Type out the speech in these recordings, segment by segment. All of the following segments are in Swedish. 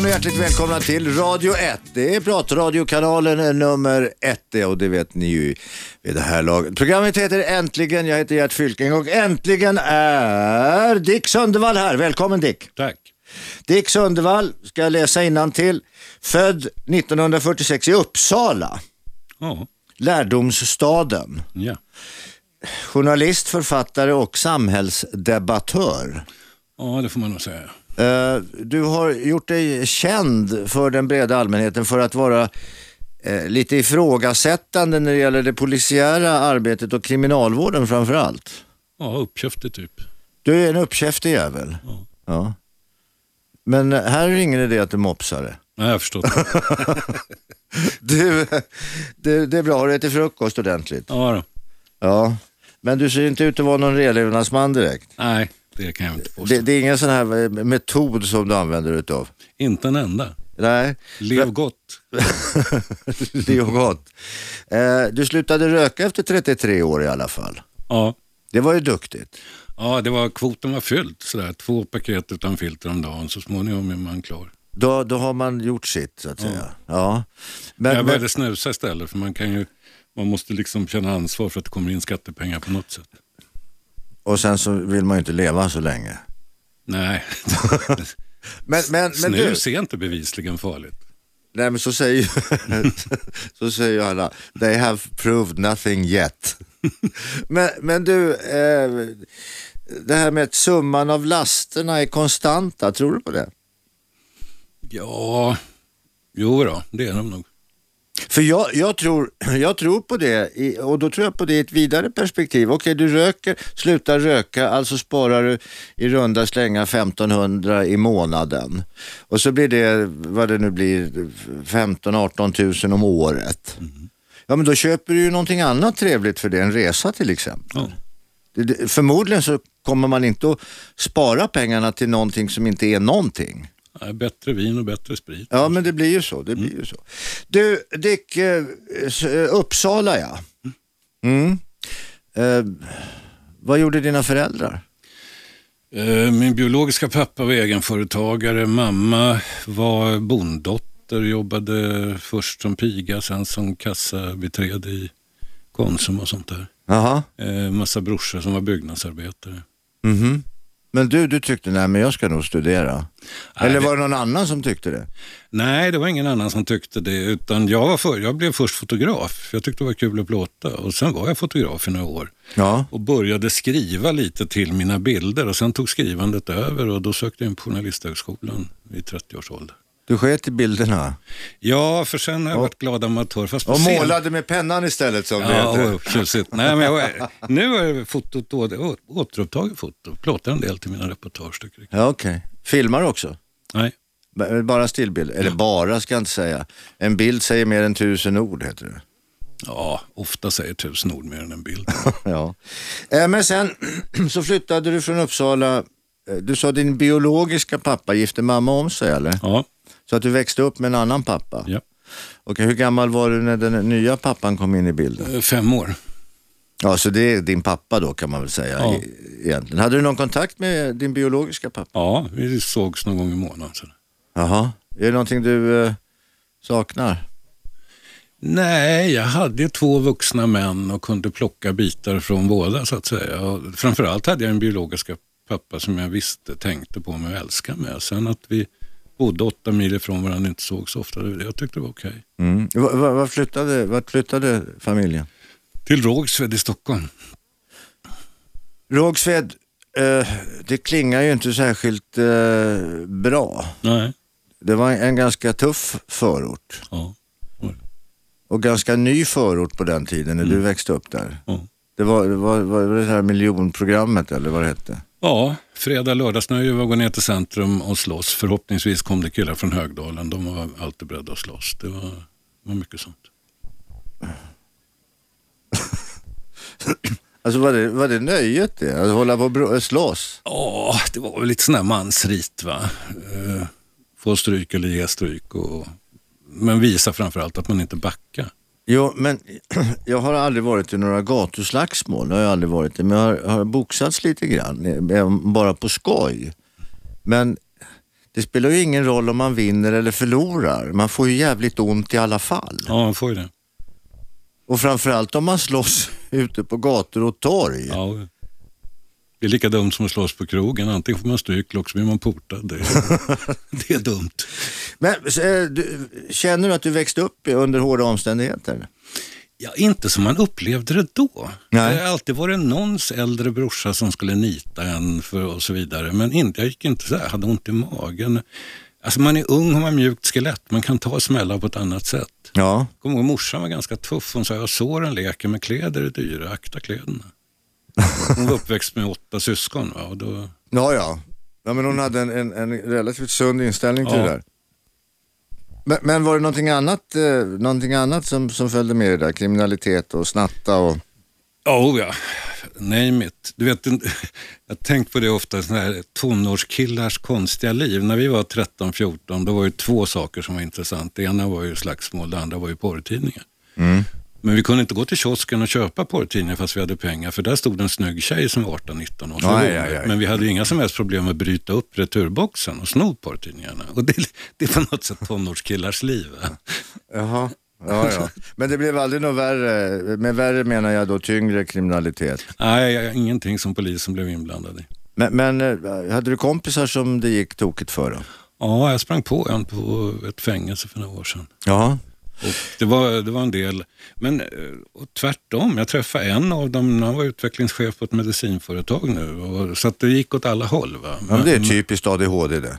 och hjärtligt välkomna till Radio 1. Det är pratradiokanalen nummer 1 och det vet ni ju vid det här laget. Programmet heter Äntligen, jag heter Gert Fylking och äntligen är Dick Sundevall här. Välkommen Dick. Tack. Dick Sundevall ska jag läsa innantill. Född 1946 i Uppsala. Ja. Lärdomsstaden. Ja. Journalist, författare och samhällsdebattör. Ja, det får man nog säga. Du har gjort dig känd för den breda allmänheten för att vara lite ifrågasättande när det gäller det polisiära arbetet och kriminalvården framför allt. Ja, uppkäftig typ. Du är en uppkäftig jävel. Ja. Ja. Men här är det ingen idé att du mopsar det. Nej, jag förstår. Det är bra, har du ätit frukost ordentligt? Ja då. Ja, men du ser inte ut att vara någon relevnadsman direkt. Nej, det kan jag inte påstå. Det är ingen sån här metod som du använder utav? Inte en enda. Nej. Lev gott. Lev gott. Du slutade röka efter 33 år i alla fall. Ja. Det var ju duktigt. Ja, kvoten var fylld. Sådär, 2 paket utan filter om dagen. Så småningom är man klar. Då har man gjort sitt så att säga. Ja. Jag började snusa istället för man måste liksom känna ansvar för att det kommer in skattepengar på något sätt. Och sen så vill man ju inte leva så länge. Nej. men snus är inte bevisligen farligt. Nej, men så säger ju alla. They have proved nothing yet. men du, det här med att summan av lasterna är konstanta, tror du på det? Ja, jo då, det är de nog. För jag tror på det och då tror jag på det i ett vidare perspektiv. Okej, du slutar röka, alltså sparar du i runda slänga 1500 i månaden. Och så blir det, vad det nu blir, 15-18 000 om året. Mm. Ja, men då köper du ju någonting annat trevligt för det, en resa till exempel. Ja. Förmodligen så kommer man inte att spara pengarna till någonting som inte är någonting. Bättre vin och bättre sprit. Ja, men det blir ju så. Du, Dick, Uppsala, ja. Vad gjorde dina föräldrar? Min biologiska pappa var egenföretagare. Mamma var bonddotter. Jobbade först som piga, sen som kassabiträde i Konsum och sånt där. Aha. Massa brorsor som var byggnadsarbetare. Mhm. Men du tyckte, nej men jag ska nog studera. Nej, eller var det någon annan som tyckte det? Nej, det var ingen annan som tyckte det. Utan jag blev först fotograf. Jag tyckte det var kul att plåta. Och sen var jag fotograf i några år. Ja. Och började skriva lite till mina bilder. Och sen tog skrivandet över. Och då sökte jag in på Journalisthögskolan i 30 års ålder. Du sket i bilderna? Ja, för sen har jag varit glad amatör. Fast och målade med pennan istället som det heter. Nej, men nu är fotot återupptaget foto. Plåtar en del till mina reportage. Ja, okej. Filmar också? Nej. Bara stillbild? Eller bara ska jag inte säga. En bild säger mer än 1000 ord heter det. Ja, ofta säger 1000 ord mer än en bild. Ja. Men sen så flyttade du från Uppsala. Du sa din biologiska pappa gifte mamma om sig, eller? Ja. Så att du växte upp med en annan pappa? Ja. Okej, hur gammal var du när den nya pappan kom in i bilden? 5 år. Ja, så det är din pappa då kan man väl säga egentligen. Hade du någon kontakt med din biologiska pappa? Ja, vi sågs någon gång i månaden. Jaha, är det någonting du saknar? Nej, jag hade 2 vuxna män och kunde plocka bitar från båda så att säga. Och framförallt hade jag en biologiska pappa som jag visste tänkte på mig och älskade mig. Sen att vi bodde 8 mil ifrån varandra inte såg så ofta. Jag tyckte det var okej. Mm. Vart flyttade familjen? Till Rågsved i Stockholm. Rågsved, det klingar ju inte särskilt bra. Nej. Det var en ganska tuff förort. Ja. Och ganska ny förort på den tiden när du växte upp där. Ja. Det var det här miljonprogrammet eller vad det hette? Ja, fredag, lördagsnöje var gå ner till centrum och slåss. Förhoppningsvis kom det killar från Högdalen. De var alltid beredda att slåss. Det var mycket sånt. Alltså var det nöjet det? Att hålla på och slåss? Ja, det var väl lite sån här mansrit va. Få stryk eller ge stryk. Men visa framförallt att man inte backar. Jo, men jag har aldrig varit i några gatuslagsmål. Det har jag aldrig varit i. Men jag har boxats lite grann. Bara på skoj. Men det spelar ju ingen roll om man vinner eller förlorar. Man får ju jävligt ont i alla fall. Ja, man får ju det. Och framförallt om man slåss ute på gator och torg. Ja, det är lika dumt som att slåss på krogen. Antingen får man stryk eller så blir man portad. Det är dumt. Men känner du att du växte upp under hårda omständigheter? Ja, inte som man upplevde det då. Nej. Det har alltid varit någons äldre brorsa som skulle nita en för och så vidare. Men jag gick inte så här, hade ont i magen. Alltså man är ung och man har mjukt skelett. Man kan ta smällar på ett annat sätt. Ja. Kommer ihåg, morsan var ganska tuff. Hon sa, jag såren leker med kläder är dyra, akta kläderna. Hon var uppväxt med 8 syskon. Va? Och då... Ja, men hon hade en relativt sund inställning till det där. Men var det någonting annat som följde med det där? Kriminalitet och snatta och... Ja. Nej, du vet, jag tänkt på det ofta, såna här tonårskillars konstiga liv. När vi var 13-14, då var det 2 saker som var intressant. Det ena var ju slagsmål, det andra var ju porrtidningar. Mm. Men vi kunde inte gå till kiosken och köpa porrtidningar fast vi hade pengar. För där stod en snygg tjej som var 18-19 år. Nej. Men vi hade ju inga som helst problem med att bryta upp returboxen och sno porrtidningarna. Och det är på något sätt tonårskillars liv. Jaha. Ja. Men det blev aldrig något värre. Med värre menar jag då tyngre kriminalitet. Nej, ingenting som polisen blev inblandad i. Men hade du kompisar som det gick tokigt för då? Ja, jag sprang på en på ett fängelse för några år sedan. Ja. Och det var en del, men och tvärtom, jag träffade en av dem, han var utvecklingschef på ett medicinföretag nu, och, så att det gick åt alla håll. Va? Men det är typiskt ADHD det.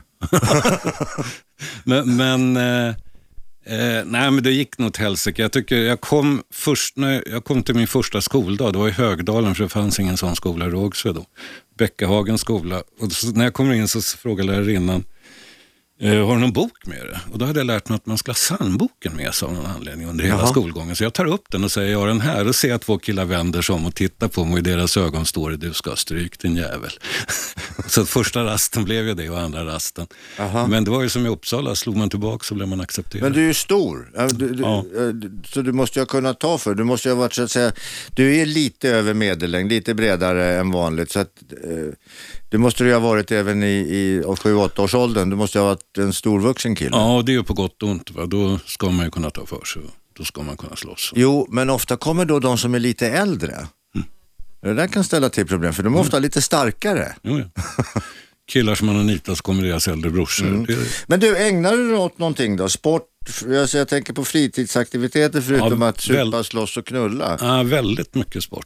Nej, men det gick nog till helsike. Jag tycker när jag kom till min första skoldag, det var i Högdalen, för det fanns ingen sån skola i Rågsved då. Bäckahagens skola. Och så, när jag kommer in så frågar lärarinnan, har du någon bok med det? Och då hade jag lärt mig att man ska ha sandboken med sig av någon anledning under hela skolgången. Så jag tar upp den och säger, jag har den här, och ser att 2 killar vänder sig om och tittar på mig, och i deras ögon står det, du ska ha stryk din jävel. Så första rasten blev ju det, och andra rasten. Men det var ju som i Uppsala, slog man tillbaka så blev man accepterad. Men du är ju stor, så du måste ju ha kunnat ta för. Du måste ju ha varit, så att säga, du är lite över medellängd, lite bredare än vanligt, så att... Det måste du ha varit även i 7-8 års åldern. Du måste ha varit en storvuxen kille. Ja, det är ju på gott och ont. Va? Då ska man ju kunna ta för sig. Då ska man kunna slåss. Jo, men ofta kommer då de som är lite äldre. Det där kan ställa till problem, för de är ofta lite starkare. Jo, ja. Killar som man har nitat så kommer deras äldre brorsor. Men du, ägnar du dig åt någonting då? Sport? Jag tänker på fritidsaktiviteter förutom att supa, slåss och knulla. Ja, väldigt mycket sport.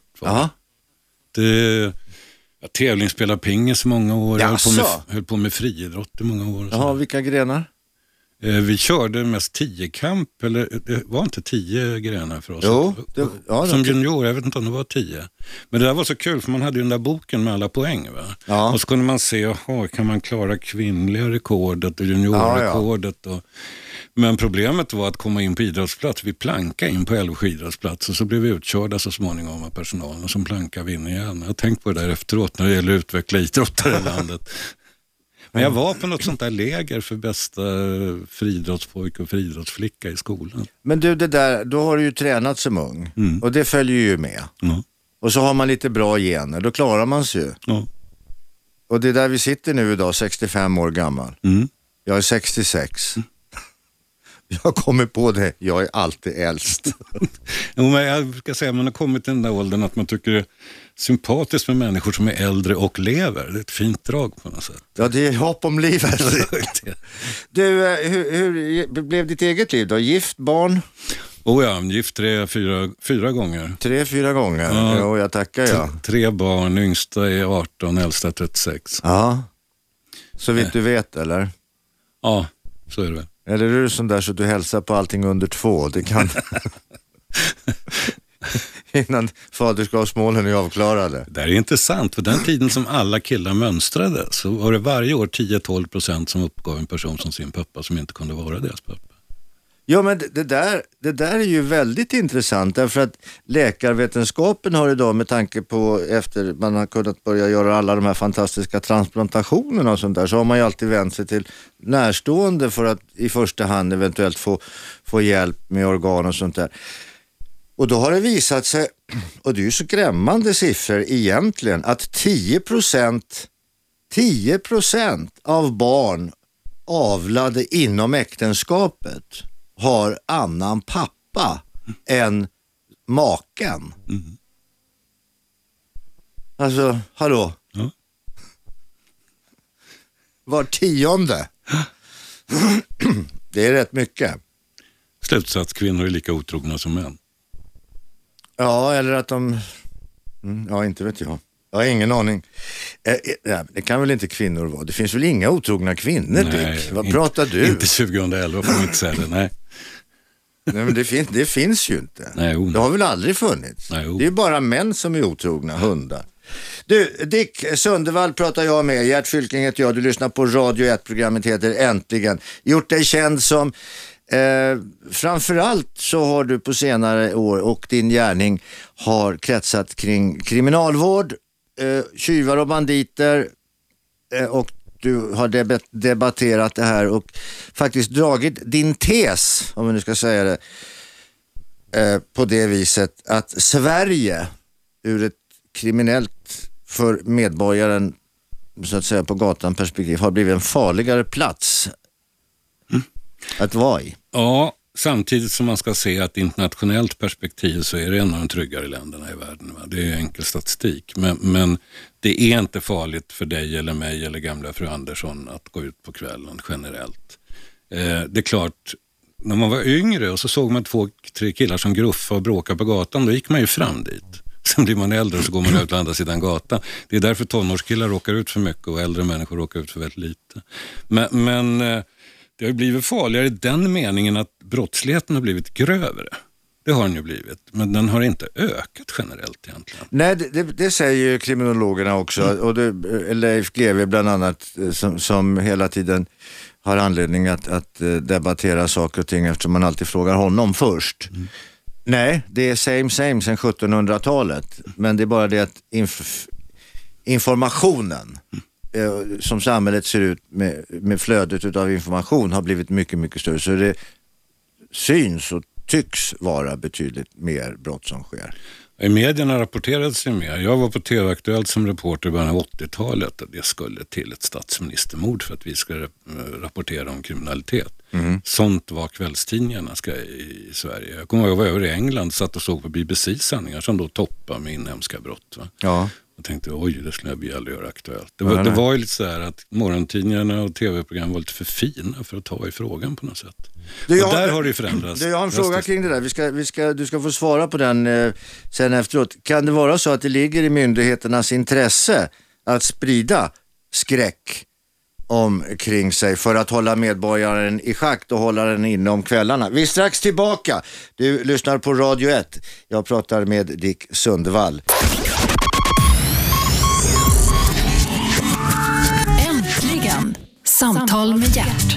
Jag tävlingsspelade pingis i många år. Jag höll på med friidrott i många år. Jaha, vilka grenar? Vi körde mest 10-kamp, eller det var inte 10 grenar för oss. Jo, som junior, jag vet inte om det var 10. Men det där var så kul, för man hade ju den där boken med alla poäng. Va? Ja. Och så kunde man se, kan man klara kvinnliga rekordet och juniorrekordet. Men problemet var att komma in på idrottsplats. Vi plankade in på Älvsjö idrottsplats, och så blev vi utkörda så småningom av personalen, och som plankade vi in igen. Jag har tänkt på det där efteråt när det gäller att utveckla idrottare i landet. Men jag var på något sånt där läger för bästa friidrottspojke och friidrottsflicka i skolan. Men du, det där, då har du ju tränat som ung. Och det följer ju med. Och så har man lite bra gener, då klarar man sig ju. Och det är där vi sitter nu idag, 65 år gammal. Jag är 66. Jag kommer på det, jag är alltid äldst. Jo, men jag brukar säga att man har kommit till den där åldern att man tycker det är sympatiskt med människor som är äldre och lever. Det är ett fint drag på något sätt. Ja, det är hopp om livet. Du, hur blev ditt eget liv då? Gift, barn? Gift 4 gånger. 3-4 gånger? Ja, jo, jag tackar 3 barn, yngsta är 18, äldsta 36. Ja, så vitt du vet eller? Ja, så är det väl. Eller är du sån där så du hälsar på allting under 2? Det kan... Innan faderskapsmålen är avklarade. Det är intressant, för den tiden som alla killar mönstrade så var det varje år 10-12% som uppgav en person som sin pappa som inte kunde vara deras pappa. Ja, men det där är ju väldigt intressant, därför att läkarvetenskapen har idag, med tanke på efter man har kunnat börja göra alla de här fantastiska transplantationerna och sånt där, så har man ju alltid vänt sig till närstående för att i första hand eventuellt få hjälp med organ och sånt där. Och då har det visat sig, och det är ju så skrämmande siffror egentligen, att 10% av barn avlade inom äktenskapet har annan pappa än maken. Alltså, hallå? Ja. Var 10:e. Det är rätt mycket. Slutsats, kvinnor är lika otrogna som män. Ja, eller att de... Ja, inte vet jag. Jag har ingen aning. Det kan väl inte kvinnor vara? Det finns väl inga otrogna kvinnor, Dick? Vad pratar du? Inte 2011 får man inte säga det, nej. Nej, men det finns ju inte. Nej, det har väl aldrig funnits. Nej, det är bara män som är otrogna, hundar. Du, Dick Sundevall pratar jag med. Gert Fylking heter jag. Du lyssnar på Radio 1. Programmet heter Äntligen. Gjort dig känd som... framförallt så har du på senare år och din gärning har kretsat kring kriminalvård, tjuvar och banditer, och du har debatterat det här och faktiskt dragit din tes, om vi nu ska säga det, på det viset att Sverige ur ett kriminellt för medborgaren så att säga på gatan perspektiv har blivit en farligare plats att vara i. Ja, samtidigt som man ska se att internationellt perspektiv så är det en av de tryggare länderna i världen. Va? Det är enkel statistik. Men det är inte farligt för dig eller mig eller gamla fru Andersson att gå ut på kvällen generellt. Det är klart, när man var yngre och så såg man 2-3 killar som gruffade och bråkade på gatan, då gick man ju fram dit. Sen blir man äldre och så går man ut på andra sidan gatan. Det är därför tonårskillar råkar ut för mycket och äldre människor råkar ut för väldigt lite. Men det har blivit farligare i den meningen att brottsligheten har blivit grövre. Det har den ju blivit, men den har inte ökat generellt egentligen. Nej, det säger ju kriminologerna också. Och Leif GW bland annat som hela tiden har anledning att debattera saker och ting eftersom man alltid frågar honom först. Nej, det är same sedan 1700-talet. Men det är bara det att informationen som samhället ser ut med flödet av information har blivit mycket, mycket större. Så det syns och tycks vara betydligt mer brott som sker. I medierna rapporterades ju mer. Jag var på TV-aktuellt som reporter i början av 80-talet att det skulle till ett statsministermord för att vi skulle rapportera om kriminalitet. Sånt var kvällstidningarna i Sverige. Jag kommer ihåg att jag var över i England, satt och såg på BBC-sändningar som då toppar med inhemska brott. Va? Ja. Och tänkte, oj, det skulle jag aldrig göra aktuellt. Det var ju lite så här att morgontidningarna och tv-program var lite för fina för att ta i frågan på något sätt. Där har det ju förändrats. Jag har en fråga kring det där. Du ska få svara på den sen efteråt. Kan det vara så att det ligger i myndigheternas intresse att sprida skräck omkring sig för att hålla medborgaren i schack och hålla den inne om kvällarna? Vi är strax tillbaka. Du lyssnar på Radio 1. Jag pratar med Dick Sundevall. Äntligen. Samtal med Gert.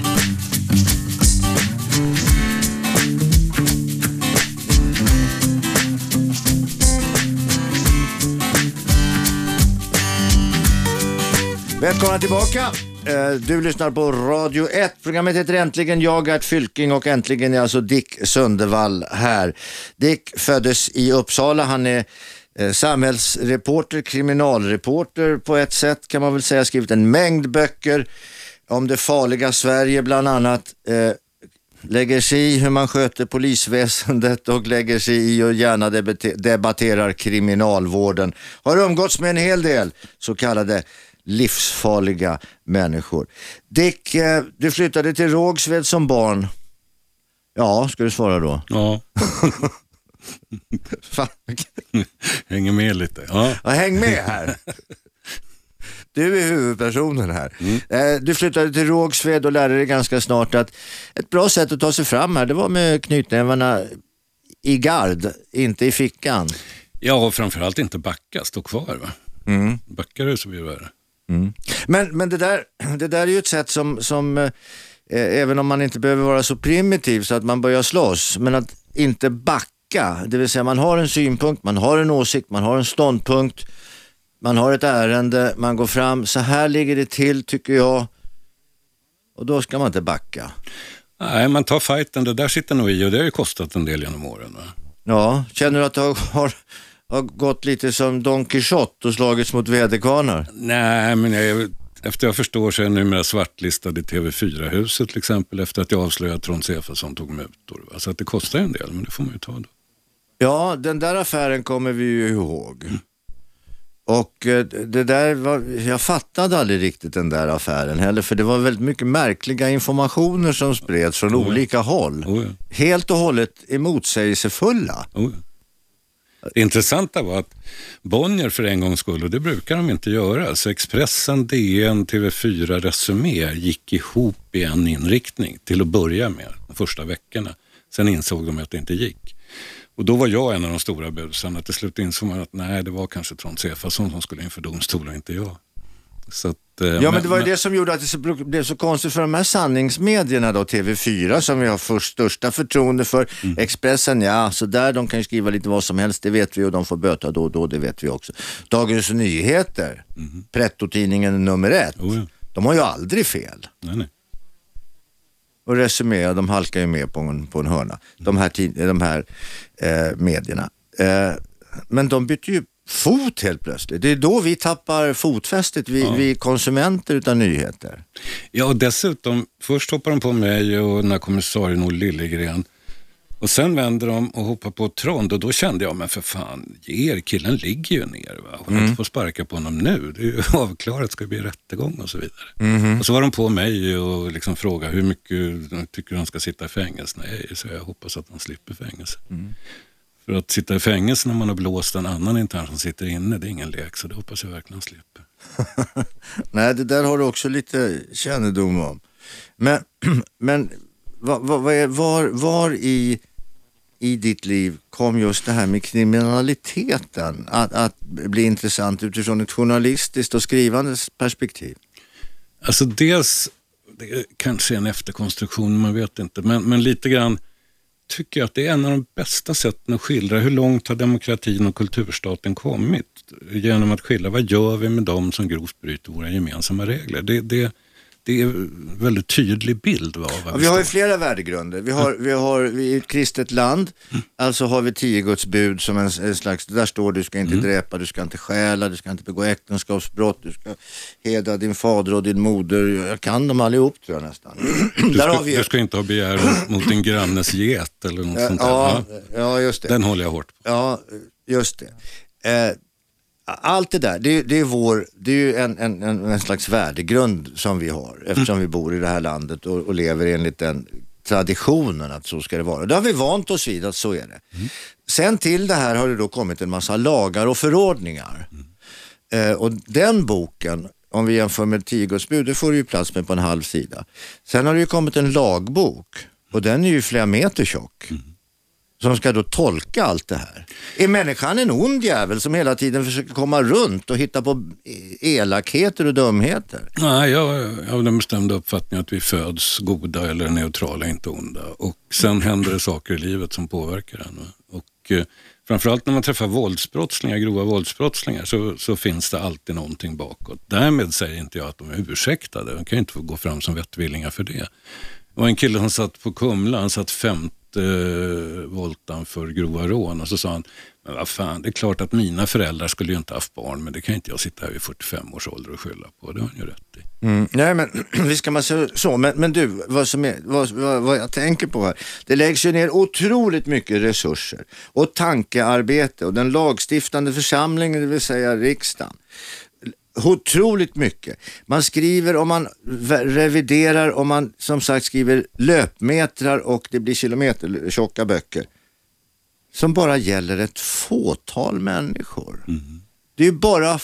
Välkomna tillbaka. Du lyssnar på Radio 1. Programmet heter Äntligen. Jag, Gert Fylking, och äntligen är alltså Dick Sundevall här. Dick föddes i Uppsala. Han är samhällsreporter, kriminalreporter på ett sätt kan man väl säga. Skrivit en mängd böcker om det farliga Sverige bland annat. Lägger sig i hur man sköter polisväsendet och lägger sig i och gärna debatterar kriminalvården. Har umgåtts med en hel del så kallade livsfarliga människor. Dick, du flyttade till Rågsved som barn. Ja, ska du svara då? Ja. Hänger med lite. Ja, häng med här. Du är huvudpersonen här. Du flyttade till Rågsved och lärde dig ganska snart att ett bra sätt att ta sig fram här, det var med knytnävarna i gard, inte i fickan. Ja, och framförallt inte backa, stå kvar va? Backar det så blir det värre. Men det där är ju ett sätt som även om man inte behöver vara så primitiv så att man börjar slåss, men att inte backa, det vill säga man har en synpunkt, man har en åsikt, man har en ståndpunkt, man har ett ärende, man går fram, så här ligger det till tycker jag, och då ska man inte backa. Nej, man tar fighten, det där sitter nog i och det har ju kostat en del genom åren va? Ja, känner du att du har gått lite som Don Quixote och slagits mot väderkvarnar? Nej, men jag Efter jag förstår så är jag numera svartlistad i TV4-huset till exempel efter att jag avslöjade att Trond Sefasson tog mutor. Så att det kostar en del, men det får man ju ta då. Ja, den där affären kommer vi ju ihåg. Och det där jag fattade aldrig riktigt den där affären heller, för det var väldigt mycket märkliga informationer som spreds från olika håll. Helt och hållet emotsägelsefulla. Det intressanta var att Bonnier för en gångs skull, och det brukar de inte göra, så Expressen, DN, TV4, Resumé gick ihop i en inriktning till att börja med de första veckorna. Sen insåg de att det inte gick. Och då var jag en av de stora busarna. Till slut insåg man att nej, det var kanske Trond Sefasson som skulle inför domstolen och inte jag. Så att, men det var ju det som gjorde att det blev så konstigt för de här sanningsmedierna då, TV4 som vi har största förtroende för. Expressen, ja, så där de kan ju skriva lite vad som helst, det vet vi, och de får böta då och då, det vet vi också. Dagens Nyheter, Pretto-tidningen nummer 1, de har ju aldrig fel. Nej. Och Resumé, de halkar ju med på en hörna, de här medierna. Men de byter ju fot helt plötsligt. Det är då vi tappar fotfästet, vi konsumenter utav nyheter. Ja, och dessutom, först hoppar de på mig och den här kommissarien och Liljegren. Och sen vänder de och hoppar på Trond, och då kände jag, men för fan, killen ligger ju ner, va? Hon inte får sparka på honom nu. Det är ju avklarat, ska det bli rättegång och så vidare. Och så var de på mig och liksom frågade hur mycket tycker han ska sitta i fängelse. Nej, så jag hoppas att han slipper fängelse. För att sitta i fängelse när man har blåst en annan intern som sitter inne, det är ingen lek, så det hoppas jag verkligen slipper. Nej, det där har du också lite kännedom om. Men var i ditt liv kom just det här med kriminaliteten att bli intressant utifrån ett journalistiskt och skrivandes perspektiv? Alltså dels, det kanske är en efterkonstruktion, man vet inte, men lite grann tycker jag att det är en av de bästa sätten att skildra hur långt har demokratin och kulturstaten kommit, genom att skildra vad gör vi med dem som grovt bryter våra gemensamma regler. Det är en väldigt tydlig bild av vad vi har ju flera värdegrunder. Vi är ett kristet land, alltså har vi 10 Guds bud som en slags, där står du ska inte dräpa, du ska inte stjäla, du ska inte begå äktenskapsbrott, du ska hedra din fader och din moder. Jag kan dem allihop, tror jag nästan. Du ska inte ha begär mot din grannes get eller något sånt där. Ja, just det. Den håller jag hårt på. Ja, just det. Allt det där, det är ju en slags värdegrund som vi har, eftersom vi bor i det här landet och lever enligt den traditionen att så ska det vara. Det har vi vant oss vid att så är det. Sen till det här har det då kommit en massa lagar och förordningar. Och den boken, om vi jämför med 10 Guds bud, det får du ju plats med på en halv sida. Sen har det ju kommit en lagbok, och den är ju flera meter tjock. Som ska då tolka allt det här. Är människan en ond jävel som hela tiden försöker komma runt och hitta på elakheter och dumheter? Nej, jag har den bestämda uppfattningen att vi föds goda eller neutrala, inte onda. Och sen händer det saker i livet som påverkar en. Och framförallt när man träffar våldsbrottslingar, grova våldsbrottslingar, så finns det alltid någonting bakåt. Därmed säger inte jag att de är ursäktade. De kan ju inte få gå fram som vettvillingar för det. Det var en kille som satt på Kumla, han satt 50 voltan för grova rån, och så sa han, men vad fan, det är klart att mina föräldrar skulle ju inte haft barn, men det kan inte jag sitta här vid 45 års ålder och skylla på. Det har han ju rätt i. Nej, men visst kan man säga så, men du, vad jag tänker på här, det läggs ju ner otroligt mycket resurser och tankearbete, och den lagstiftande församlingen, det vill säga riksdagen, otroligt mycket. Man skriver och man reviderar och man som sagt skriver löpmetrar, och det blir kilometer tjocka böcker som bara gäller ett fåtal människor. Det är ju bara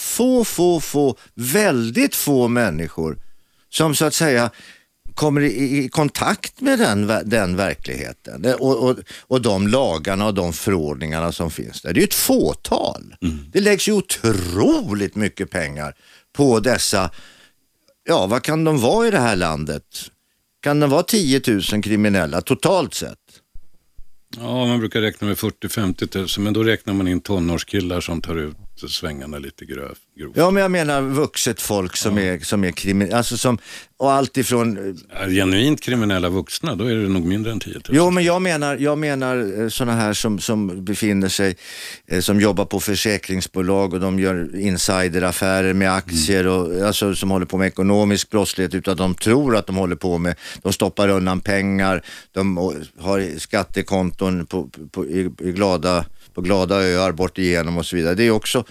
väldigt få människor som så att säga kommer i kontakt med den verkligheten och de lagarna och de förordningarna som finns där. Det är ju ett fåtal. Det läggs ju otroligt mycket pengar på dessa, ja, vad kan de vara i det här landet? Kan det vara 10 000 kriminella totalt sett? Ja, man brukar räkna med 40-50 000, men då räknar man in tonårskillar som tar ut svängarna lite grovt. Ja, men jag menar vuxet folk som är kriminella, alltså som, och allt ifrån... Genuint kriminella vuxna, då är det nog mindre än 10 000. Jo, men jag menar sådana här som befinner sig, som jobbar på försäkringsbolag och de gör insideraffärer med aktier och alltså som håller på med ekonomisk brottslighet utan de tror att de håller på med, de stoppar undan pengar, de har skattekonton på glada öar bort igenom och så vidare. Det är också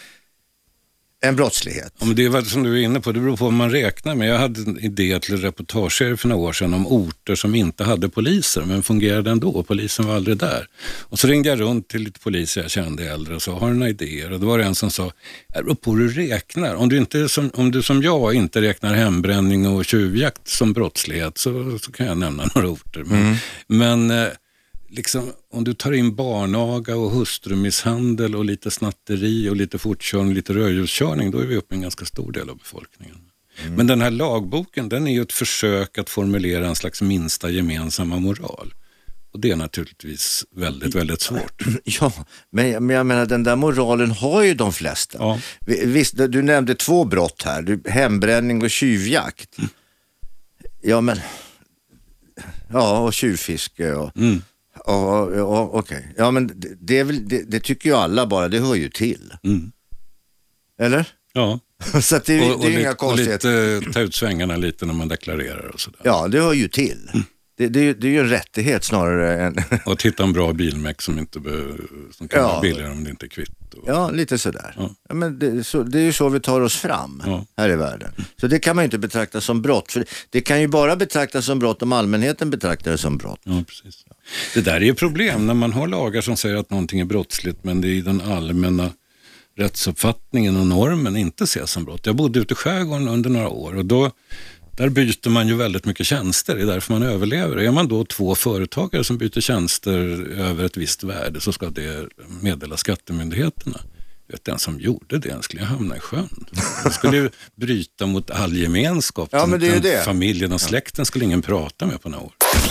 en brottslighet. Ja, men det är som du är inne på, det beror på vad man räknar med. Jag hade en idé till reportageserie för några år sedan om orter som inte hade poliser men fungerade ändå. Polisen var aldrig där. Och så ringde jag runt till lite poliser jag kände äldre och sa, har du några idéer? Och då var det en som sa, det beror på hur du räknar. Om du som jag inte räknar hembränning och tjuvjakt som brottslighet så kan jag nämna några orter. Men liksom, om du tar in barnaga och hustrumisshandel och lite snatteri och lite fortkörning, lite rödljuskörning, då är vi uppe i en ganska stor del av befolkningen. Men den här lagboken, den är ju ett försök att formulera en slags minsta gemensamma moral. Och det är naturligtvis väldigt, väldigt svårt. Ja, men jag menar den där moralen har ju de flesta. Ja. Visst, du nämnde 2 brott här, hembränning och tjuvjakt. Ja, men... Ja, och tjuvfiske och... Okej. Ja, men det är väl, det tycker ju alla bara, det hör ju till. Eller? Ja. Så att det är inga konstigheter. Och lite ta ut svängarna lite när man deklarerar och sådär. Ja, det hör ju till. Det är ju en rättighet snarare än... Och hitta en bra bilmäck som kan vara billigare om det inte är kvitto. Ja, lite sådär. Ja, men det är ju så vi tar oss fram här i världen. Så det kan man ju inte betrakta som brott. För det kan ju bara betraktas som brott om allmänheten betraktar det som brott. Ja, precis. Det där är ju problem när man har lagar som säger att någonting är brottsligt men det är i den allmänna rättsuppfattningen och normen inte ses som brott. Jag bodde ute i skärgården under några år och där byter man ju väldigt mycket tjänster, det är därför man överlever. Är man då 2 företagare som byter tjänster över ett visst värde så ska det meddela skattemyndigheterna. Den som gjorde det skulle hamna i sjön. Det skulle ju bryta mot all gemenskap. Ja, men det är ju det. Familjen och släkten skulle ingen prata med på några år.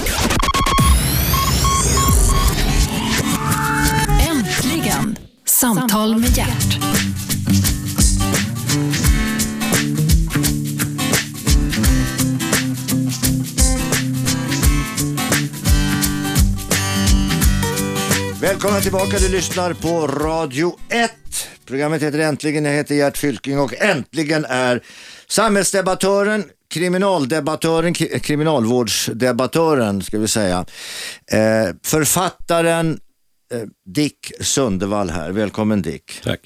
Äntligen! Samtal med Gert. Välkomna tillbaka, du lyssnar på Radio 1. Programmet heter Äntligen, jag heter Gert Fylking och äntligen är samhällsdebattören, kriminalvårdsdebattören ska vi säga, författaren Dick Sundevall här. Välkommen Dick. Tack.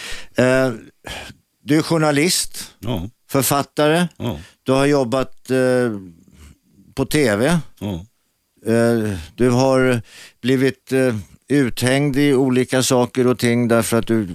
Du är journalist, författare, du har jobbat på tv, du har blivit uthängd i olika saker och ting därför att du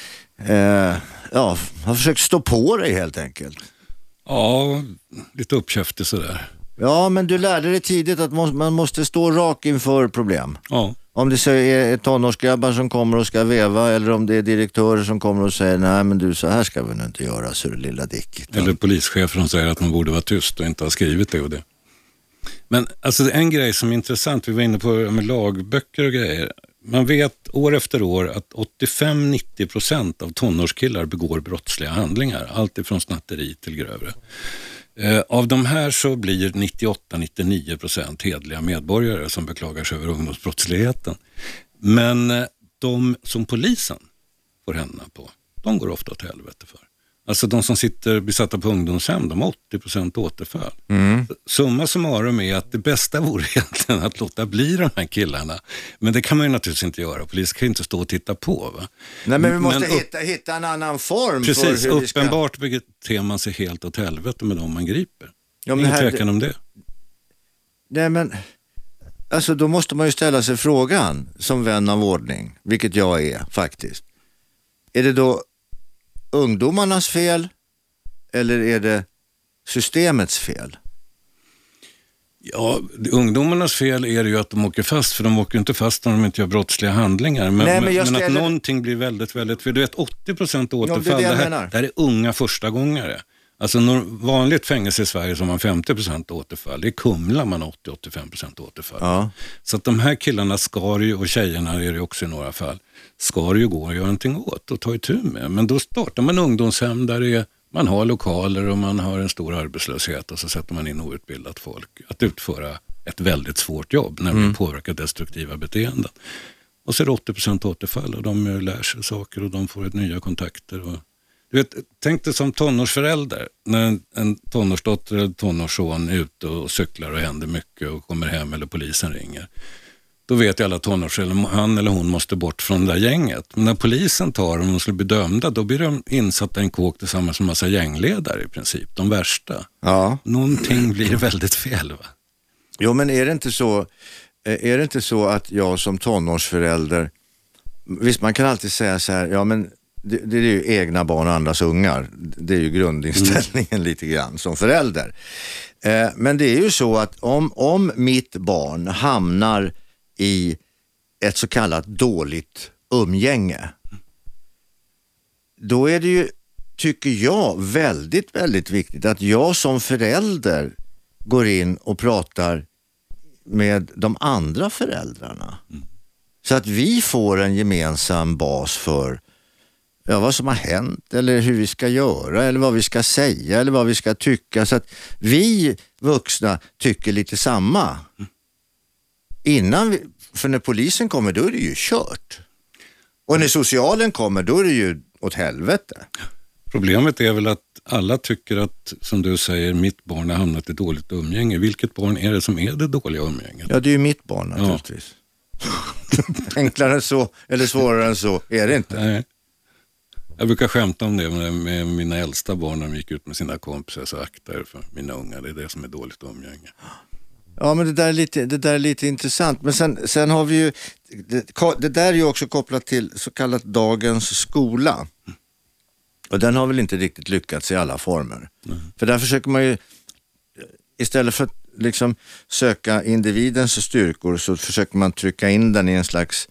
har försökt stå på dig helt enkelt. Ja, lite uppkäftig sådär. Ja, men du lärde dig tidigt att man måste stå rak inför problem. Ja. Om det så är tonårsgrabbar som kommer och ska veva eller om det är direktörer som kommer och säger nej men du, så här ska vi nog inte göra, så det lilla Dick. Eller polischefer som säger att man borde vara tyst och inte ha skrivit det och det. Men alltså en grej som är intressant, vi var inne på med lagböcker och grejer. Man vet år efter år att 85-90% av tonårskillar begår brottsliga handlingar. Allt ifrån snatteri till grövre. Av de här så blir 98-99% hedliga medborgare som beklagar sig över ungdomsbrottsligheten. Men de som polisen får händerna på, de går ofta åt helvete för. Alltså de som sitter besatta på ungdomshem, de har 80% återfall. Summa summarum är att det bästa vore egentligen att låta bli de här killarna. Men det kan man ju naturligtvis inte göra. Polisen kan ju inte stå och titta på, va? Nej, men vi måste hitta en annan form. Precis, för hur vi ska... uppenbart beter man sig helt åt helvete med dem man griper. Ja, men ingen tvekan om det. Nej, men alltså då måste man ju ställa sig frågan som vän av ordning, vilket jag är faktiskt. Är det då ungdomarnas fel eller är det systemets fel? Ja, ungdomarnas fel är det ju att de åker fast, för de åker inte fast när de inte gör brottsliga handlingar. Men att någonting blir väldigt, väldigt, för du vet 80% återfall, det här är unga första gångare. Alltså vanligt fängelse i Sverige som har 50% återfall. Det är Kumla man har 80-85% återfall. Ja. Så att de här killarna ska ju, och tjejerna är det också i några fall, ska ju gå och göra någonting åt och ta itu med. Men då startar man ungdomshem där man har lokaler och man har en stor arbetslöshet och så sätter man in outbildat folk att utföra ett väldigt svårt jobb, nämligen påverka destruktiva beteenden. Och så är det 80% återfall och de lär sig saker och de får nya kontakter. Och, du vet, tänk dig som tonårsförälder när en tonårsdotter eller tonårsson är ute och cyklar och händer mycket och kommer hem eller polisen ringer. Då vet ju alla tonårsföräldrar han eller hon måste bort från det där gänget. Men när polisen tar dem och skulle bli dömda, då blir de insatta i en kåk tillsammans med en massa gängledare i princip, de värsta. Ja. Någonting blir väldigt fel, va? Jo, men är det inte så att jag som tonårsförälder, visst man kan alltid säga så här, ja men det är ju egna barn och andras ungar, det är ju grundinställningen lite grann som förälder. Men det är ju så att om mitt barn hamnar i ett så kallat dåligt umgänge, då är det ju, tycker jag, väldigt, väldigt viktigt att jag som förälder går in och pratar med de andra föräldrarna. Så att vi får en gemensam bas för vad som har hänt eller hur vi ska göra eller vad vi ska säga eller vad vi ska tycka. Så att vi vuxna tycker lite samma. För när polisen kommer då är det ju kört. Och när socialen kommer då är det ju åt helvete. Problemet är väl att alla tycker att, som du säger, mitt barn har hamnat i dåligt umgänge. Vilket barn är det som är det dåliga umgänget? Ja, det är ju mitt barn naturligtvis. Ja. Enklare än så, eller svårare än så är det inte. Nej. Jag brukar skämta om det med mina äldsta barn när de gick ut med sina kompisar, så akta er för mina ungar, det är det som är dåligt umgänge. Ja, men det där är lite intressant. Men sen har vi ju, det där är ju också kopplat till så kallat dagens skola. Och den har väl inte riktigt lyckats i alla former. För där försöker man ju, istället för att liksom söka individens styrkor, så försöker man trycka in den i en slags,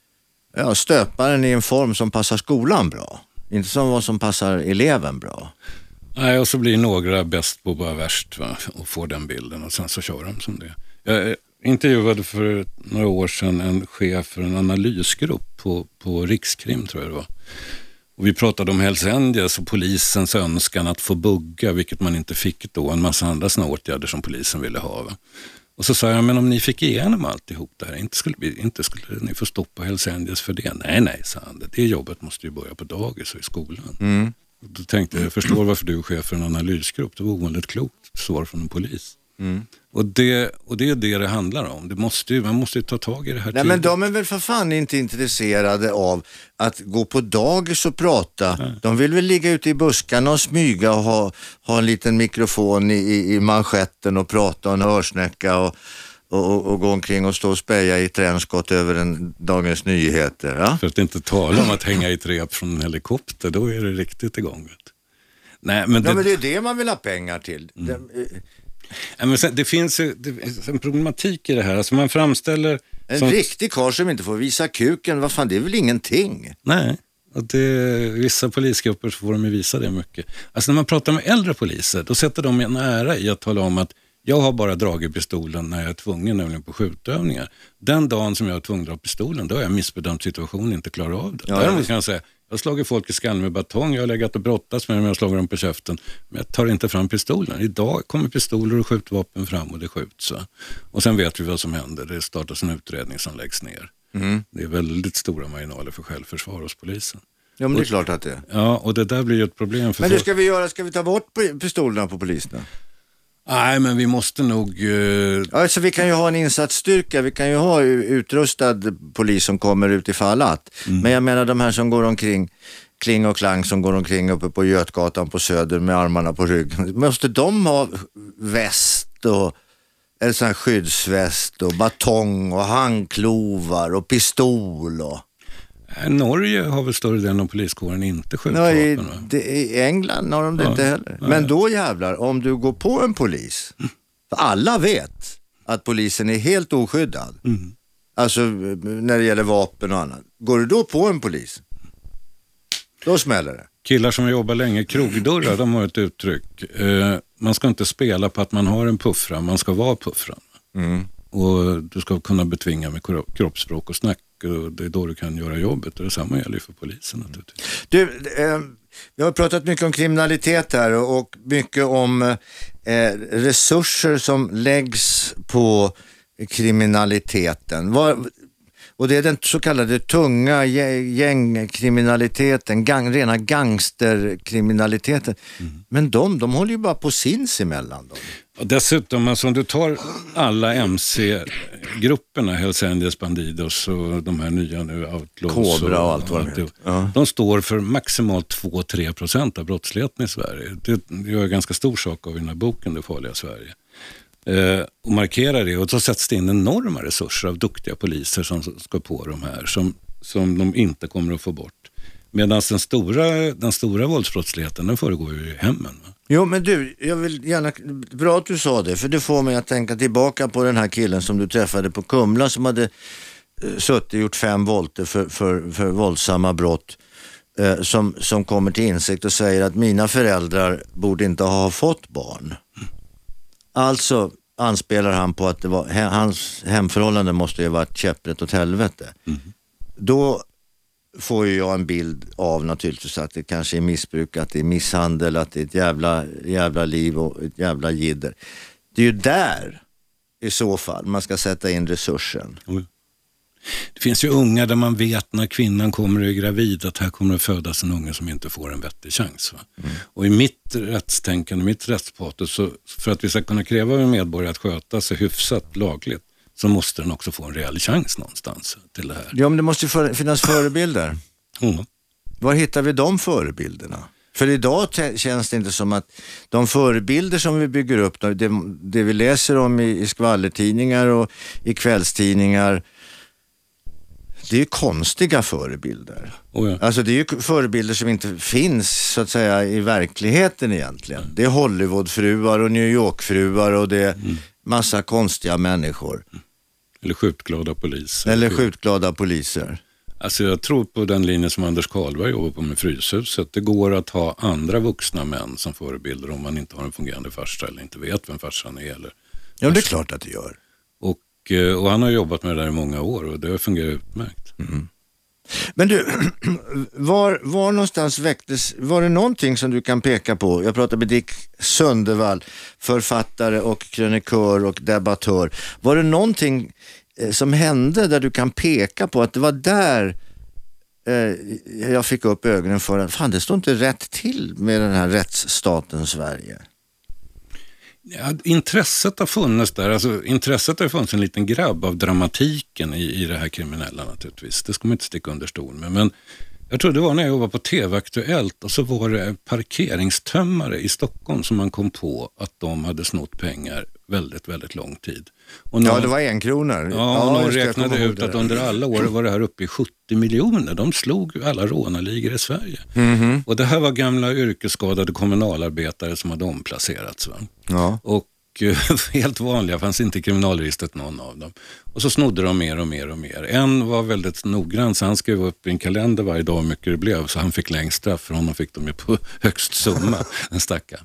stöpa den i en form som passar skolan bra. Inte som vad som passar eleven bra. Nej, och så blir några bäst på bara värst, va? Och får den bilden och sen så kör de som det. Jag intervjuade för några år sedan en chef för en analysgrupp på Rikskrim, tror jag det var. Och vi pratade om Hells Angels och polisens önskan att få bugga, vilket man inte fick då, en massa andra såna åtgärder som polisen ville ha. Va? Och så sa jag, men om ni fick igenom alltihop där, inte skulle ni få stoppa Hells Angels för det? Nej, sa han. Det jobbet måste ju börja på dagis och i skolan. Och då tänkte jag förstår varför du är chef för en analysgrupp. Det var ovanligt klokt svar från en polis. Och det är det handlar om. Man måste ju ta tag i det här. Nej, men de är väl för fan inte intresserade av att gå på dagis och prata. Nej. De vill väl ligga ute i buskarna och smyga och ha en liten mikrofon i manschetten och prata och en hörsnäcka och gå omkring och stå och speja i tränskott över en Dagens Nyheter. Ja? För att inte tala om att hänga i ett rep från en helikopter, då är det riktigt igång. Nej, men men det är det man vill ha pengar till. Men det finns en problematik i det här. Alltså man framställer en riktig karl som inte får visa kuken, vad fan, det är väl ingenting. Nej, och vissa polisgrupper så får de ju visa det mycket. Alltså när man pratar med äldre poliser, då sätter de en ära i att tala om att jag har bara dragit pistolen när jag är tvungen, nämligen på skjutövningar. Den dagen som jag är tvungen att dra pistolen, då har jag missbedömt situationen, inte klarar av det. Däremot kan jag säga, jag har slagit folk i skallen med batong, jag har legat och brottats med dem, jag har slagit dem på käften, men jag tar inte fram pistolen. Idag kommer pistoler och skjutvapen fram och det skjuts. Och sen vet vi vad som händer, det startas en utredning som läggs ner. Det är väldigt stora marginaler för självförsvar hos polisen. Ja, men det är klart att det är. Ja, och det där blir ju ett problem för... Men det ska vi göra, ska vi ta bort pistolerna på poliserna? Nej, men vi måste nog... Alltså vi kan ju ha en insatsstyrka, vi kan ju ha utrustad polis som kommer ut ifall att. Men jag menar de här som går omkring, Kling och Klang som går omkring uppe på Götgatan på Söder med armarna på ryggen. Måste de ha väst och en sån här skyddsväst och batong och handklovar och pistol och... Norge har väl större delen av poliskåren inte skjutvapen? I England har de det inte heller. Men då jävlar, om du går på en polis, för alla vet att polisen är helt oskyddad. Alltså när det gäller vapen och annat. Går du då på en polis, då smäller det. killar som jobbar länge, krogdörrar, de har ett uttryck. Man ska inte spela på att man har en puffra, man ska vara puffran. Och du ska kunna betvinga med kroppsspråk och snack, och det är då du kan göra jobbet, och detsamma gäller för polisen naturligtvis. Du, vi har pratat mycket om kriminalitet här och mycket om resurser som läggs på kriminaliteten. Och det är den så kallade tunga gängkriminaliteten, rena gangsterkriminaliteten. Men de håller ju bara på sinsemellan. Och dessutom, alltså, om du tar alla MC-grupperna, Hells Angels Bandidos och de här nya nu, Outlaws Cobra och allt vad det heter. De står för maximalt 2-3% av brottsligheten i Sverige. Det gör en ganska stor sak av i den här boken, Det farliga Sverige. Och markerar det, och så sätts det in enorma resurser av duktiga poliser som ska på de här, som de inte kommer att få bort. Medan den stora våldsbrottsligheten, den föregår ju i hemmen. Va? Jo, men du, jag vill gärna, bra att du sa det, för det får mig att tänka tillbaka på den här killen som du träffade på Kumla, som hade suttit och gjort 5 volter för våldsamma brott, som kommer till insikt och säger att mina föräldrar borde inte ha fått barn. Alltså anspelar han på att det var, hans hemförhållande måste ju ha varit käpprätt åt helvete. Då får ju jag en bild av naturligtvis att det kanske är missbruk, att det är misshandel, att det är ett jävla liv och ett jävla jidder. Det är ju där i så fall man ska sätta in resursen. Det finns ju unga där man vet när kvinnan kommer och är gravid att här kommer att födas en unge som inte får en vettig chans. Va? Och i mitt rättstänkande, mitt rättspatos, så för att vi ska kunna kräva av en medborgare att sköta sig hyfsat lagligt, så måste den också få en reell chans någonstans till det här. Ja, men det måste ju finnas förebilder. Var hittar vi de förebilderna? För idag känns det inte som att de förebilder som vi bygger upp, det vi läser om i skvallertidningar och i kvällstidningar, det är ju konstiga förebilder. Alltså det är ju förebilder som inte finns så att säga i verkligheten egentligen. Det är Hollywoodfruar och New Yorkfruar och det är massa konstiga människor. Eller skjutglada poliser. Alltså jag tror på den linjen som Anders Carlberg jobbar på med Fryshuset. Det går att ha andra vuxna män som förebilder om man inte har en fungerande farsa eller inte vet vem farsan är. Eller ja, det är klart att det gör. Och han har jobbat med det där i många år och det fungerar utmärkt. Men du, var någonstans väcktes, var det någonting som du kan peka på? Jag pratar med Dick Söndervall, författare och krönikör och debattör. Var det någonting som hände där du kan peka på att det var där jag fick upp ögonen för att fan, det står inte rätt till med den här rättsstaten Sverige? Ja, intresset har funnits där. Alltså, intresset har funnits en liten grabb av dramatiken i det här kriminella naturligtvis. Det ska man inte sticka under stol med. Men jag tror det var när jag jobbade på TV-aktuellt och så var det parkeringstömmare i Stockholm som man kom på att de hade snott pengar väldigt, väldigt lång tid. Och det var 1 kronor. Ja, och någon räknade ut att under alla år var det här uppe i 70 miljoner. De slog alla rånarligor i Sverige. Och det här var gamla yrkesskadade kommunalarbetare som hade omplacerats. Va? Ja. Och helt vanliga, fanns inte i kriminalregistret någon av dem. Och så snodde de mer och mer och mer. En var väldigt noggrann så han skrev upp i en kalender varje dag hur mycket det blev. Så han fick längst straff, för honom fick de ju på högst summa, en stackare.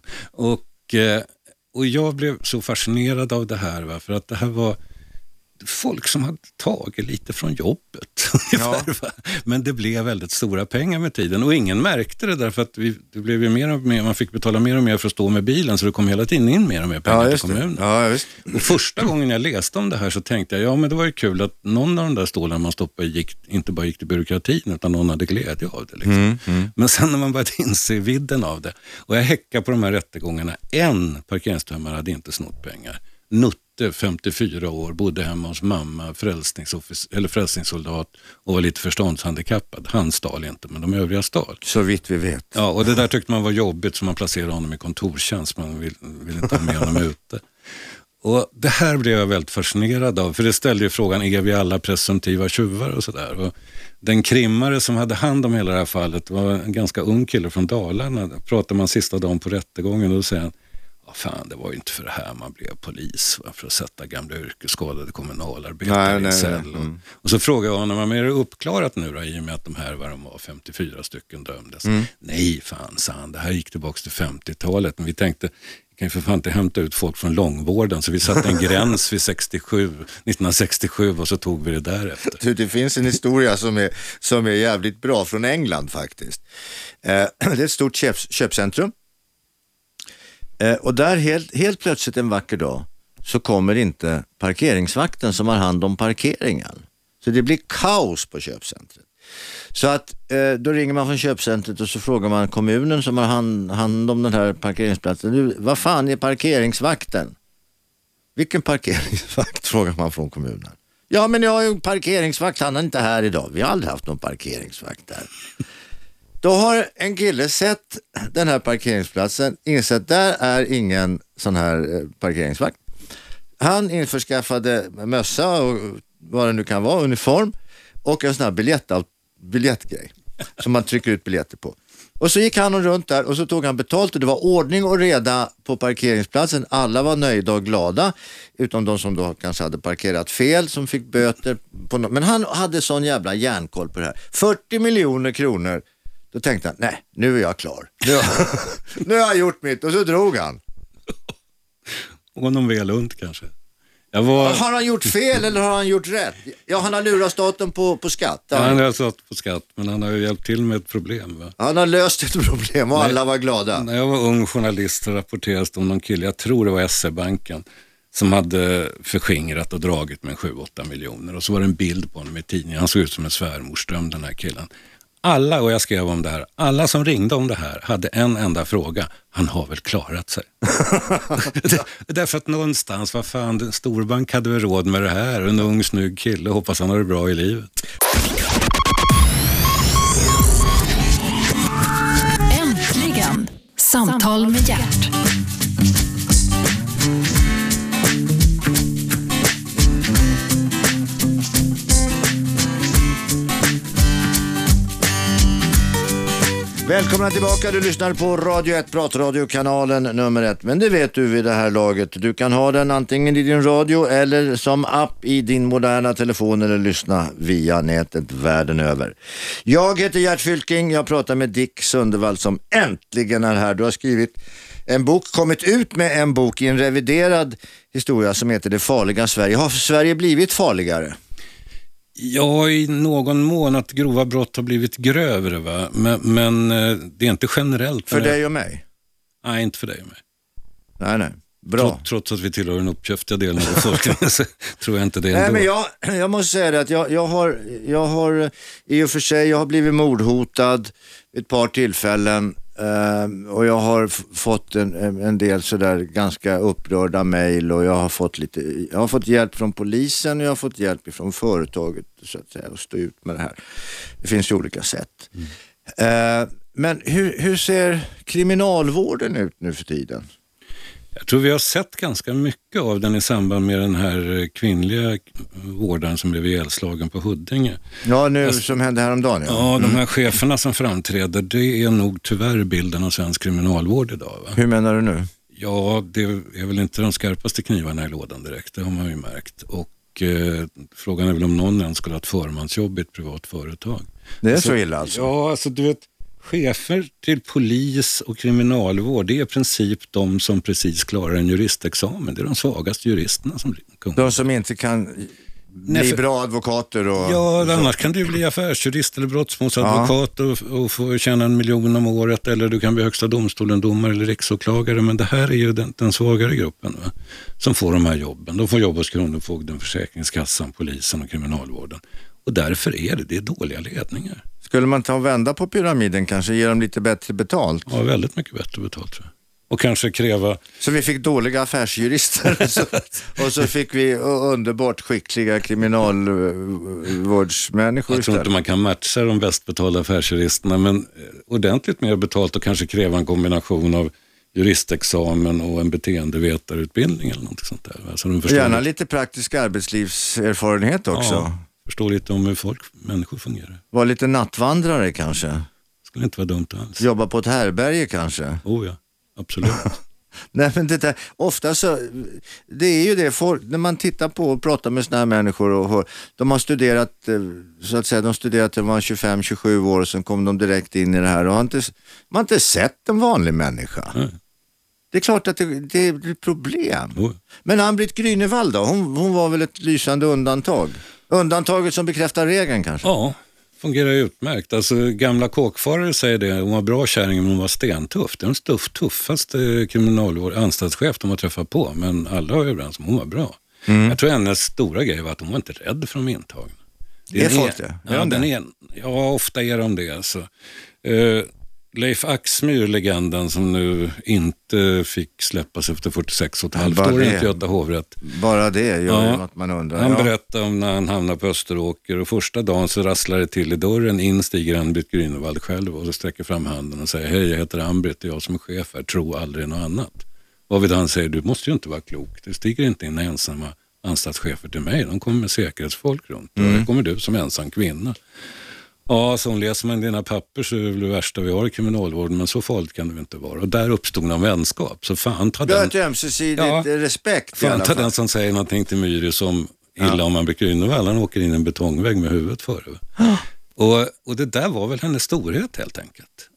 Och jag blev så fascinerad av det här, va? För att det här var folk som hade tagit lite från jobbet. Ja. Men det blev väldigt stora pengar med tiden och ingen märkte det därför att det blev ju mer och mer, man fick betala mer och mer för att stå med bilen så det kom hela tiden in mer och mer pengar till kommunen. Ja, just. Och första gången jag läste om det här så tänkte jag, men det var ju kul att någon av de där stålarna man stoppade inte bara gick till byråkratin utan någon hade glädje av det. Liksom. Men sen när man började inse vidden av det och jag häckade på de här rättegångarna, en parkeringstömmare hade inte snott pengar. Nutte, 54 år, bodde hemma hos mamma, frälsningssoldat och var lite förståndshandikappad. Han stal inte, men de övriga stal. Så vitt vi vet. Ja, och det där tyckte man var jobbigt så man placerade honom i kontorstjänst. Man vill inte ha med honom ute. Och det här blev jag väldigt fascinerad av, för det ställde ju frågan, är vi alla presumtiva tjuvar och sådär. Och den krimmare som hade hand om hela det här fallet var en ganska ung kille från Dalarna. Pratade man sista dagen på rättegången och då säger han, fan, det var ju inte för det här man blev polis, va? För att sätta gamla yrkesskadade kommunalarbetare i en cell. Och så frågade jag honom, men är det uppklarat nu då, i och med att de här var 54 stycken dömdes? Nej, fan, sa han, det här gick tillbaka till 50-talet, men vi tänkte, vi kan ju för fan inte hämta ut folk från långvården, så vi satte en gräns vid 1967 och så tog vi det därefter. Det finns en historia som är jävligt bra från England faktiskt. Det är ett stort köpcentrum. Och där helt plötsligt en vacker dag så kommer inte parkeringsvakten som har hand om parkeringen. Så det blir kaos på köpcentret. Så att då ringer man från köpcentret och så frågar man kommunen som har hand om den här parkeringsplatsen. Du, vad fan är parkeringsvakten? Vilken parkeringsvakt, frågar man från kommunen. Ja, men jag har ju en parkeringsvakt, han är inte här idag. Vi har aldrig haft någon parkeringsvakt där. Då har en kille sett den här parkeringsplatsen, insett där är ingen sån här parkeringsvakt. Han införskaffade mössa och vad det nu kan vara, uniform och en sån här biljettgrej som man trycker ut biljetter på. Och så gick han runt där och så tog han betalt och det var ordning och reda på parkeringsplatsen. Alla var nöjda och glada, utom de som då kanske hade parkerat fel som fick böter. Men han hade sån jävla järnkoll på det här. 40 miljoner kronor. Då tänkte han, nej, nu är jag klar. Nu har jag gjort mitt. Och så drog han. Och någon väl ont kanske. Har han gjort fel eller har han gjort rätt? Ja, han har lurat staten på skatt. Ja, han har satt på skatt, men han har ju hjälpt till med ett problem. Va? Han har löst ett problem och alla var glada. När jag var ung journalist rapporterades om någon kille, jag tror det var SE-banken, som hade förskingrat och dragit med 7-8 miljoner. Och så var det en bild på honom i tidningen. Han såg ut som en svärmorsdröm, den här killen. Alla, och jag skrev om det här, alla som ringde om det här hade en enda fråga. Han har väl klarat sig. Därför att någonstans, vad fan, storbank hade väl råd med det här. En ung snygg kille, hoppas han har det bra i livet. Äntligen, Samtal med Hjärt. Välkomna tillbaka, du lyssnar på Radio 1, pratradiokanalen nummer 1. Men det vet du vid det här laget. Du kan ha den antingen i din radio eller som app i din moderna telefon eller lyssna via nätet världen över. Jag heter Gert Fylking, jag pratar med Dick Sundevall som äntligen är här. Du har skrivit en bok, kommit ut med en bok i en reviderad historia som heter Det farliga Sverige. Har Sverige blivit farligare? Ja, i någon mån att grova brott har blivit grövre, va? Men det är inte generellt. För dig och mig? Nej, inte för dig och mig. Nej. Bra. Trots att vi tillhör den uppköpta delen av befolkningen så tror jag inte det ändå. Nej, men jag måste säga det att jag har i och för sig, jag har blivit mordhotad ett par tillfällen och jag har fått en del sådär ganska upprörda mejl och jag har fått hjälp från polisen och jag har fått hjälp från företaget så att säga, att stå ut med det här. Det finns ju olika sätt. Men hur ser kriminalvården ut nu för tiden? Jag tror vi har sett ganska mycket av den i samband med den här kvinnliga vårdaren som blev ihjälslagen på Huddinge. Ja, nu som hände häromdagen. Ja, de här cheferna som framträder, det är nog tyvärr bilden av svensk kriminalvård idag. Va? Hur menar du nu? Ja, det är väl inte de skarpaste knivarna i lådan direkt, det har man ju märkt. Och frågan är väl om någon ens skulle ha ett förmansjobb i ett privat företag. Det är så illa alltså? Ja, alltså du vet, chefer till polis och kriminalvård, det är i princip de som precis klarar en juristexamen. Det är de svagaste juristerna som blir kung. De som inte kan bli bra advokater och... Ja, annars kan du bli affärsjurist eller brottsmålsadvokat och få tjäna 1 miljon om året, eller du kan bli högsta domstolen, domare eller riksåklagare. Men det här är ju den svagare gruppen, va, som får de här jobben. De får jobb hos Kronofogden, Försäkringskassan, polisen och kriminalvården. Och därför är det dåliga ledningar. Skulle man ta och vända på pyramiden, kanske ge dem lite bättre betalt? Ja, väldigt mycket bättre betalt, tror jag. Och kanske kräva... Så vi fick dåliga affärsjurister och så fick vi underbart skickliga kriminalvårdsmänniskor. Jag tror inte man kan matcha de bäst betalda affärsjuristerna, men ordentligt mer betalt och kanske kräva en kombination av juristexamen och en beteendevetarutbildning eller något sånt där. Alltså gärna lite praktisk arbetslivserfarenhet också. Ja, förstå lite om hur människor fungerar. Var lite nattvandrare kanske. Skulle inte vara dumt alls. Jobba på ett härberge kanske. Oh ja, absolut. Nej, men det där, ofta så, det är ju det, när man tittar på och pratar med såna här människor och de har studerat, så att säga, de studerat till de var 25-27 år och sen kom de direkt in i det här och man har inte sett en vanlig människa. Det är klart att det är ett problem. Men Ann-Britt Grünewald då, hon var väl ett lysande undantag? Undantaget som bekräftar regeln kanske? Ja, fungerar utmärkt. Alltså gamla kåkfarare säger det, hon var bra kärring men hon var stentuff. Det är den tuffaste anstaltschef de har träffat på, men alla har överens om hon var bra. Jag tror hennes stora grej var att hon var inte rädd för de intagna. Det är folk det? Ja, ofta är de det. Alltså. Leif Axmyr, legenden som nu inte fick släppas efter 46,5 år i Göta hovrätt. Bara det gör ju att man undrar. Han berättade om när han hamnade på Österåker och första dagen så rasslar det till i dörren, in stiger Ann-Britt Grünewald själv och så sträcker fram handen och säger: hej, jag heter Ann-Britt, det är jag som är chef här, tro aldrig något annat. Varvid han säger: du måste ju inte vara klok, det stiger inte in ensamma anstaltschefer till mig, de kommer med säkerhetsfolk runt och här kommer du som ensam kvinna. Ja, så läser man dina papper så är det det värsta vi har i kriminalvården, men så farligt kan det inte vara. Och där uppstod någon vänskap. Så fan ta den... Det är ett ömsesidigt respekt i alla fall. Ta den som säger någonting till Myhre som illa om man blir Grünewald, han åker in i en betongvägg med huvudet före. Och det där var väl hennes storhet helt enkelt.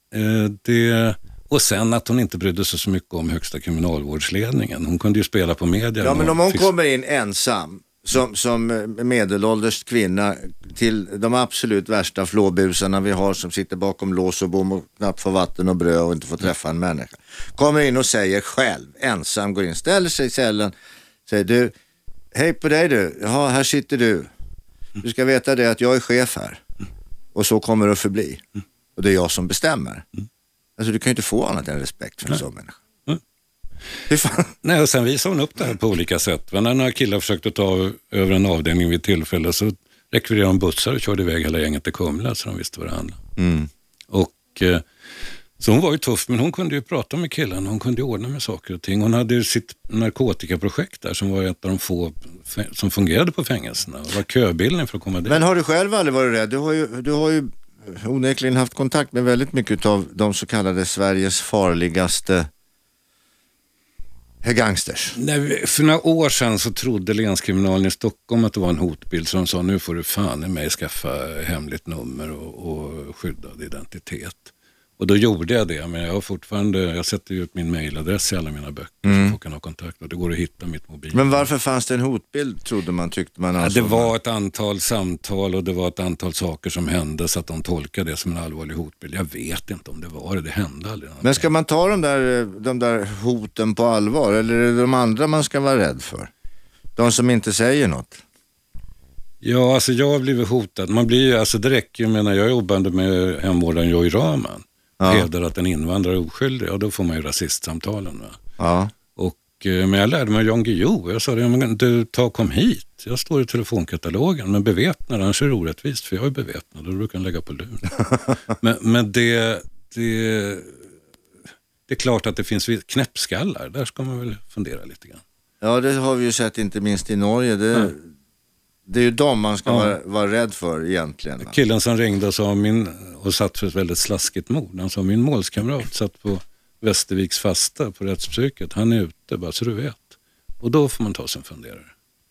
Och sen att hon inte brydde sig så mycket om högsta kriminalvårdsledningen. Hon kunde ju spela på media. Ja, men om hon kommer in ensam som medelålders kvinna till de absolut värsta flåbusarna vi har som sitter bakom lås och bom och knappt får vatten och bröd och inte får träffa en människa. Kommer in och säger själv, ensam går in, ställer sig i cellen, säger: du, hej på dig du, ja, här sitter du. Du ska veta det att jag är chef här. Och så kommer det att förbli. Och det är jag som bestämmer. Alltså du kan ju inte få annat än respekt för en sån människa. Nej, och sen visar hon upp det här på olika sätt. Men när några killar försökte ta över en avdelning vid tillfälle så rekvirerade de bussar och körde iväg hela gänget till Kumla så de visste vad det handlade. Och så hon var ju tuff, men hon kunde ju prata med killarna, hon kunde ju ordna med saker och ting. Hon hade ju sitt narkotikaprojekt där som var ett av de få som fungerade på fängelserna och var köbildning för att komma dit. Men har du själv aldrig varit rädd? Du har ju onekligen haft kontakt med väldigt mycket av de så kallade Sveriges farligaste gangsters. Nej, för några år sedan så trodde länskriminalen i Stockholm att det var en hotbild, så de sa: nu får du fan i mig skaffa hemligt nummer och skyddad identitet. Och då gjorde jag det, men jag sätter ju ut min mailadress i alla mina böcker så folk kan ha kontakt och det går att hitta mitt mobil. Men varför fanns det en hotbild, tyckte man? Alltså, det var ett antal samtal och det var ett antal saker som hände så att de tolkade det som en allvarlig hotbild. Jag vet inte om det hände aldrig. Men ska man ta de där hoten på allvar, eller är det de andra man ska vara rädd för? De som inte säger något? Ja, alltså jag har blivit hotad. Man blir ju, alltså det räcker ju med när jag jobbade med hemvårdaren Joy Rahman. Hävdar att en invandrare är oskyldig, och då får man ju rasistsamtalen. Va? Men jag lärde mig Jan Guillou. Jag sa: du kom hit. Jag står i telefonkatalogen, men beväpnad, annars är det orättvist, för jag är beväpnad och då brukar jag lägga på lur. men det är klart att det finns knäppskallar. Där ska man väl fundera lite grann. Ja, det har vi ju sett inte minst i Norge. Det är ju dem man ska vara rädd för egentligen. Killen som ringde och satt för ett väldigt slaskigt mord. Han sa: min målskamrat satt på Västerviks fasta på rättspsyket. Han är ute, bara så du vet. Och då får man ta sig en funderare.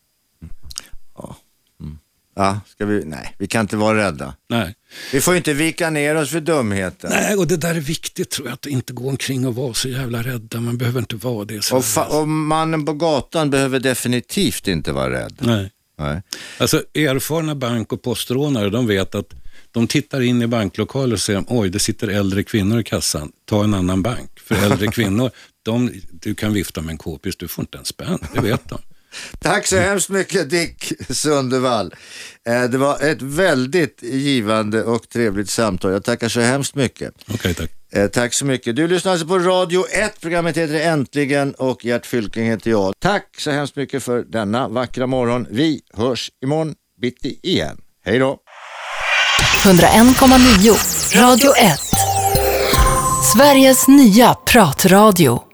Ja, nej, vi kan inte vara rädda. Nej. Vi får inte vika ner oss för dumheten. Nej, och det där är viktigt, tror jag, att inte gå omkring och vara så jävla rädda. Man behöver inte vara det. Och mannen på gatan behöver definitivt inte vara rädd. Nej. Alltså erfarna bank- och postrånare, de vet att de tittar in i banklokaler och säger: oj, det sitter äldre kvinnor i kassan, ta en annan bank. För äldre kvinnor, du kan vifta med en k-pist, du får inte en spänn, det vet de. Tack så hemskt mycket, Dick Sundevall. Det var ett väldigt givande och trevligt samtal. Jag tackar så hemskt mycket. Okej, tack. Tack så mycket. Du lyssnar alltså på Radio 1. Programmet heter Äntligen och Gert Fylking heter jag. Tack så hemskt mycket för denna vackra morgon. Vi hörs imorgon bitti igen. Hej då. 101,9 Radio 1. Sveriges nya pratradio.